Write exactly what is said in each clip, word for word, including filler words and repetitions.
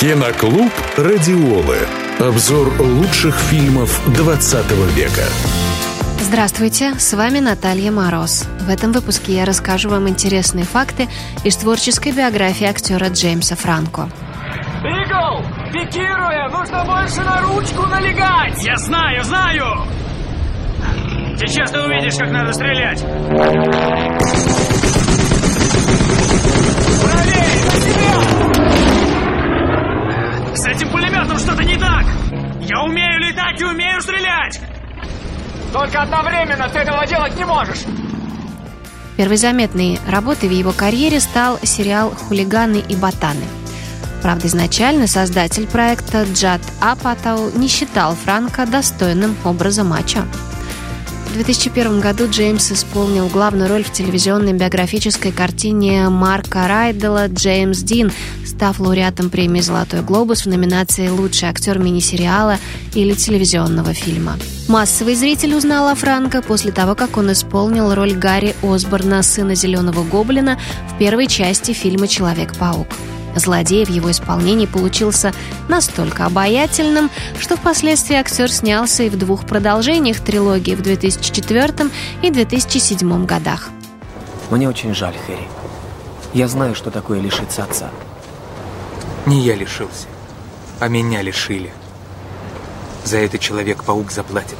Киноклуб «Радиолы». Обзор лучших фильмов двадцатого века. Здравствуйте, с вами Наталья Мороз. В этом выпуске я расскажу вам интересные факты из творческой биографии актера Джеймса Франко. Игл, пикируя, нужно больше на ручку налегать. Я знаю, знаю. Сейчас ты увидишь, как надо стрелять. Правее, на себя! С этим пулеметом что-то не так. Я умею летать и умею стрелять. Только одновременно ты этого делать не можешь. Первой заметной работой в его карьере стал сериал «Хулиганы и ботаны». Правда, изначально создатель проекта Джад Апатоу не считал Франко достойным образа мачо. В две тысячи первом году Джеймс исполнил главную роль в телевизионной биографической картине Марка Райделла «Джеймс Дин», став лауреатом премии «Золотой глобус» в номинации «Лучший актер мини-сериала» или телевизионного фильма. Массовый зритель узнал о Франко после того, как он исполнил роль Гарри Осборна, сына Зеленого Гоблина, в первой части фильма «Человек-паук». Злодей в его исполнении получился настолько обаятельным, что впоследствии актер снялся и в двух продолжениях трилогии в две тысячи четвёртом и две тысячи седьмом годах. Мне очень жаль, Хэри. Я знаю, что такое лишиться отца. Не я лишился, а меня лишили. За это Человек-паук заплатит.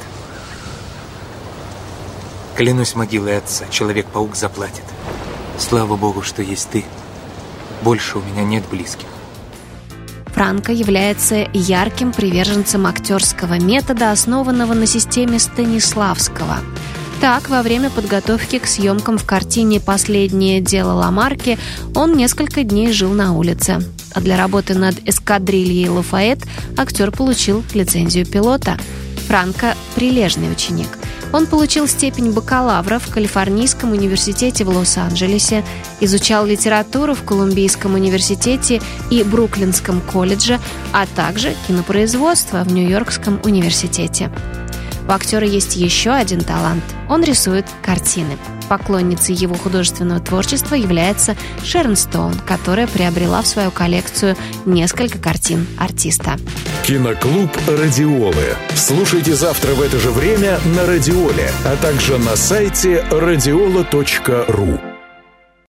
Клянусь могилой отца, Человек-паук заплатит. Слава Богу, что есть ты. Больше у меня нет близких. Франко является ярким приверженцем актерского метода, основанного на системе Станиславского. Так, во время подготовки к съемкам в картине «Последнее дело Ламарки» он несколько дней жил на улице. А для работы над «Эскадрильей Лафайет» актер получил лицензию пилота. Франко – прилежный ученик. Он получил степень бакалавра в Калифорнийском университете в Лос-Анджелесе, изучал литературу в Колумбийском университете и Бруклинском колледже, а также кинопроизводство в Нью-Йоркском университете. У актера есть еще один талант – он рисует картины. Поклонницей его художественного творчества является Шерон Стоун, которая приобрела в свою коллекцию несколько картин артиста. Киноклуб «Радиолы». Слушайте завтра в это же время на Радиоле, а также на сайте радиола точка ру.